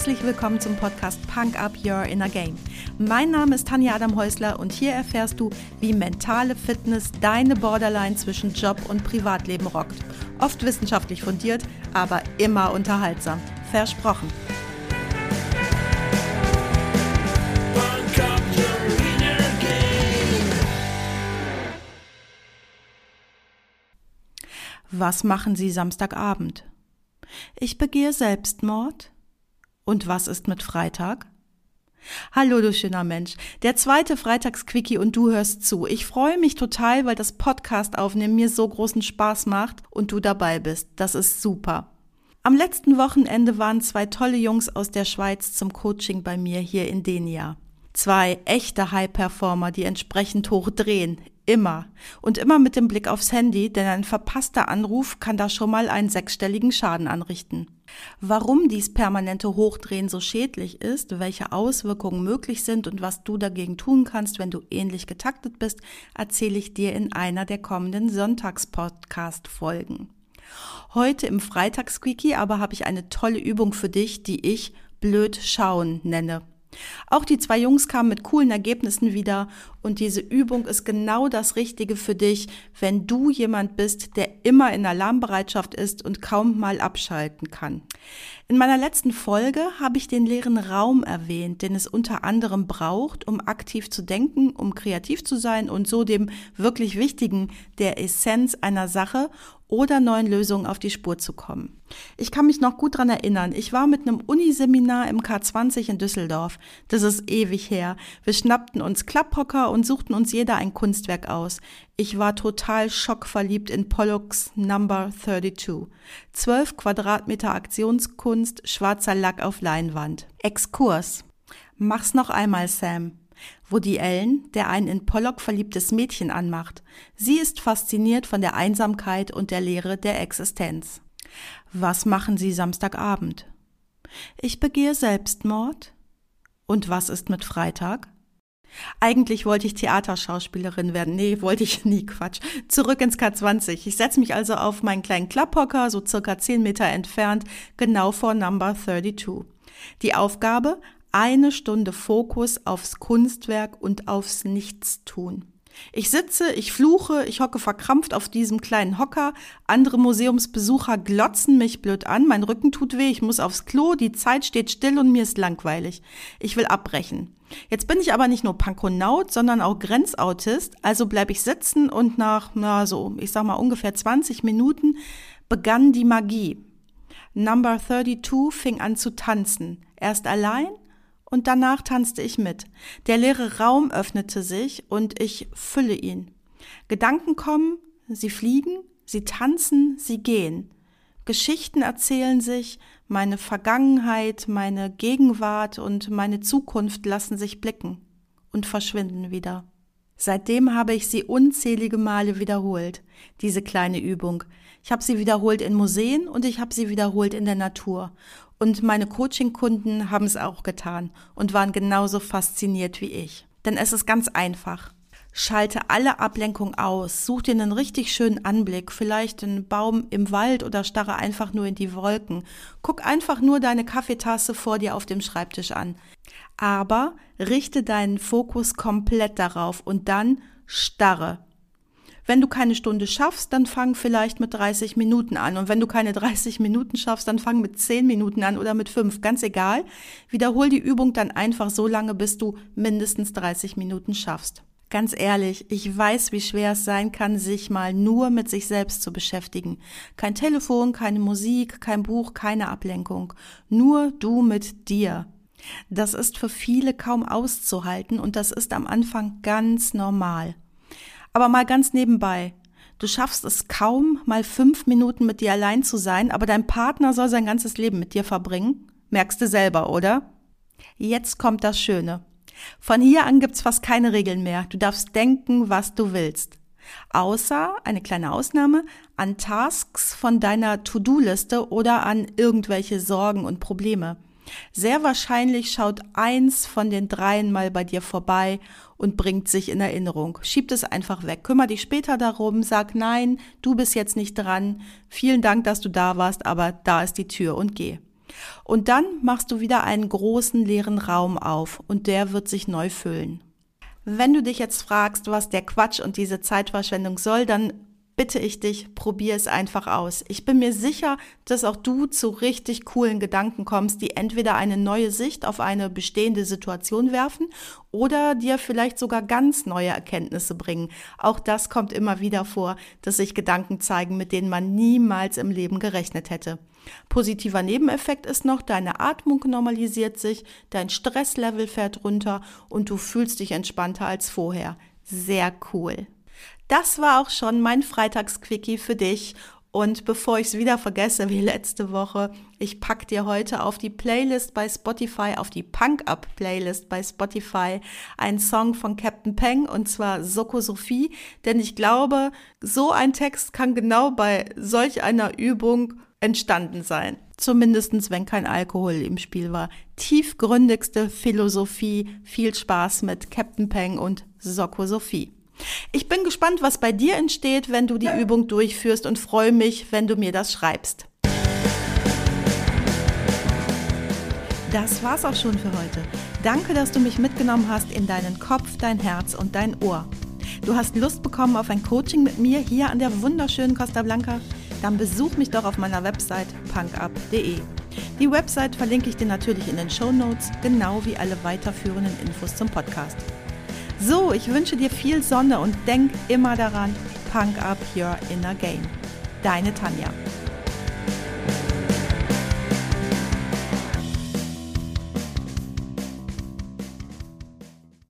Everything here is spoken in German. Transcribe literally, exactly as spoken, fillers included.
herzlich willkommen zum Podcast Punk Up Your Inner Game. Mein Name ist Tanja Adam-Häusler und hier erfährst du, wie mentale Fitness deine Borderline zwischen Job und Privatleben rockt. Oft wissenschaftlich fundiert, aber immer unterhaltsam. Versprochen. Was machen Sie Samstagabend? Ich begehe Selbstmord. Und was ist mit Freitag? Hallo, du schöner Mensch. Der zweite Freitagsquickie und du hörst zu. Ich freue mich total, weil das Podcast aufnehmen mir so großen Spaß macht und du dabei bist. Das ist super. Am letzten Wochenende waren zwei tolle Jungs aus der Schweiz zum Coaching bei mir hier in Denia. Zwei echte High-Performer, die entsprechend hoch drehen. Immer. Und immer mit dem Blick aufs Handy, denn ein verpasster Anruf kann da schon mal einen sechsstelligen Schaden anrichten. Warum dies permanente Hochdrehen so schädlich ist, welche Auswirkungen möglich sind und was du dagegen tun kannst, wenn du ähnlich getaktet bist, erzähle ich dir in einer der kommenden Sonntags-Podcast-Folgen. Heute im Freitagsquickie aber habe ich eine tolle Übung für dich, die ich blöd schauen nenne. Auch die zwei Jungs kamen mit coolen Ergebnissen wieder und diese Übung ist genau das Richtige für dich, wenn du jemand bist, der immer in Alarmbereitschaft ist und kaum mal abschalten kann. In meiner letzten Folge habe ich den leeren Raum erwähnt, den es unter anderem braucht, um aktiv zu denken, um kreativ zu sein und so dem wirklich Wichtigen, der Essenz einer Sache oder neuen Lösungen auf die Spur zu kommen. Ich kann mich noch gut dran erinnern, ich war mit einem Uniseminar im K zwanzig in Düsseldorf. Das ist ewig her. Wir schnappten uns Klapphocker und suchten uns jeder ein Kunstwerk aus. Ich war total schockverliebt in Pollocks Number zweiunddreißig. Zwölf Quadratmeter Aktionskunst, schwarzer Lack auf Leinwand. Exkurs. Mach's noch einmal, Sam. Woody Allen, der ein in Pollock verliebtes Mädchen anmacht. Sie ist fasziniert von der Einsamkeit und der Leere der Existenz. Was machen Sie Samstagabend? Ich begehe Selbstmord. Und was ist mit Freitag? Eigentlich wollte ich Theaterschauspielerin werden. Nee, wollte ich nie, Quatsch. Zurück ins K zwanzig. Ich setze mich also auf meinen kleinen Klapphocker, so circa zehn Meter entfernt, genau vor Number zweiunddreißig. Die Aufgabe? Eine Stunde Fokus aufs Kunstwerk und aufs Nichtstun. Ich sitze, ich fluche, ich hocke verkrampft auf diesem kleinen Hocker, andere Museumsbesucher glotzen mich blöd an, mein Rücken tut weh, ich muss aufs Klo, die Zeit steht still und mir ist langweilig. Ich will abbrechen. Jetzt bin ich aber nicht nur Punkonaut, sondern auch Grenzautist, also bleib ich sitzen und nach, na so, ich sag mal ungefähr zwanzig Minuten begann die Magie. Number zweiunddreißig fing an zu tanzen, erst allein, und danach tanzte ich mit. Der leere Raum öffnete sich und ich fülle ihn. Gedanken kommen, sie fliegen, sie tanzen, sie gehen. Geschichten erzählen sich, meine Vergangenheit, meine Gegenwart und meine Zukunft lassen sich blicken und verschwinden wieder. Seitdem habe ich sie unzählige Male wiederholt, diese kleine Übung. Ich habe sie wiederholt in Museen und ich habe sie wiederholt in der Natur. Und meine Coaching-Kunden haben es auch getan und waren genauso fasziniert wie ich. Denn es ist ganz einfach. Schalte alle Ablenkung aus, such dir einen richtig schönen Anblick, vielleicht einen Baum im Wald oder starre einfach nur in die Wolken. Guck einfach nur deine Kaffeetasse vor dir auf dem Schreibtisch an. Aber richte deinen Fokus komplett darauf und dann starre. Wenn du keine Stunde schaffst, dann fang vielleicht mit dreißig Minuten an. Und wenn du keine dreißig Minuten schaffst, dann fang mit zehn Minuten an oder mit fünf. Ganz egal. Wiederhol die Übung dann einfach so lange, bis du mindestens dreißig Minuten schaffst. Ganz ehrlich, ich weiß, wie schwer es sein kann, sich mal nur mit sich selbst zu beschäftigen. Kein Telefon, keine Musik, kein Buch, keine Ablenkung. Nur du mit dir. Das ist für viele kaum auszuhalten und das ist am Anfang ganz normal. Aber mal ganz nebenbei, du schaffst es kaum, mal fünf Minuten mit dir allein zu sein, aber dein Partner soll sein ganzes Leben mit dir verbringen? Merkst du selber, oder? Jetzt kommt das Schöne. Von hier an gibt's fast keine Regeln mehr. Du darfst denken, was du willst. Außer, eine kleine Ausnahme, an Tasks von deiner To-Do-Liste oder an irgendwelche Sorgen und Probleme. Sehr wahrscheinlich schaut eins von den dreien mal bei dir vorbei und bringt sich in Erinnerung. Schieb es einfach weg. Kümmer dich später darum, sag nein, du bist jetzt nicht dran. Vielen Dank, dass du da warst, aber da ist die Tür und geh. Und dann machst du wieder einen großen leeren Raum auf und der wird sich neu füllen. Wenn du dich jetzt fragst, was der Quatsch und diese Zeitverschwendung soll, dann bitte ich dich, probier es einfach aus. Ich bin mir sicher, dass auch du zu richtig coolen Gedanken kommst, die entweder eine neue Sicht auf eine bestehende Situation werfen oder dir vielleicht sogar ganz neue Erkenntnisse bringen. Auch das kommt immer wieder vor, dass sich Gedanken zeigen, mit denen man niemals im Leben gerechnet hätte. Positiver Nebeneffekt ist noch, deine Atmung normalisiert sich, dein Stresslevel fährt runter und du fühlst dich entspannter als vorher. Sehr cool. Das war auch schon mein Freitagsquickie für dich. Und bevor ich es wieder vergesse wie letzte Woche, ich pack dir heute auf die Playlist bei Spotify, auf die Punk-Up-Playlist bei Spotify, einen Song von Captain Peng und zwar Soko Sophie. Denn ich glaube, so ein Text kann genau bei solch einer Übung entstanden sein. Zumindest wenn kein Alkohol im Spiel war. Tiefgründigste Philosophie. Viel Spaß mit Captain Peng und Soko Sophie. Ich bin gespannt, was bei dir entsteht, wenn du die Übung durchführst und freue mich, wenn du mir das schreibst. Das war's auch schon für heute. Danke, dass du mich mitgenommen hast in deinen Kopf, dein Herz und dein Ohr. Du hast Lust bekommen auf ein Coaching mit mir hier an der wunderschönen Costa Blanca? Dann besuch mich doch auf meiner Website punkup punkt de. Die Website verlinke ich dir natürlich in den Shownotes, genau wie alle weiterführenden Infos zum Podcast. So, ich wünsche dir viel Sonne und denk immer daran, Punk up your inner game. Deine Tanja.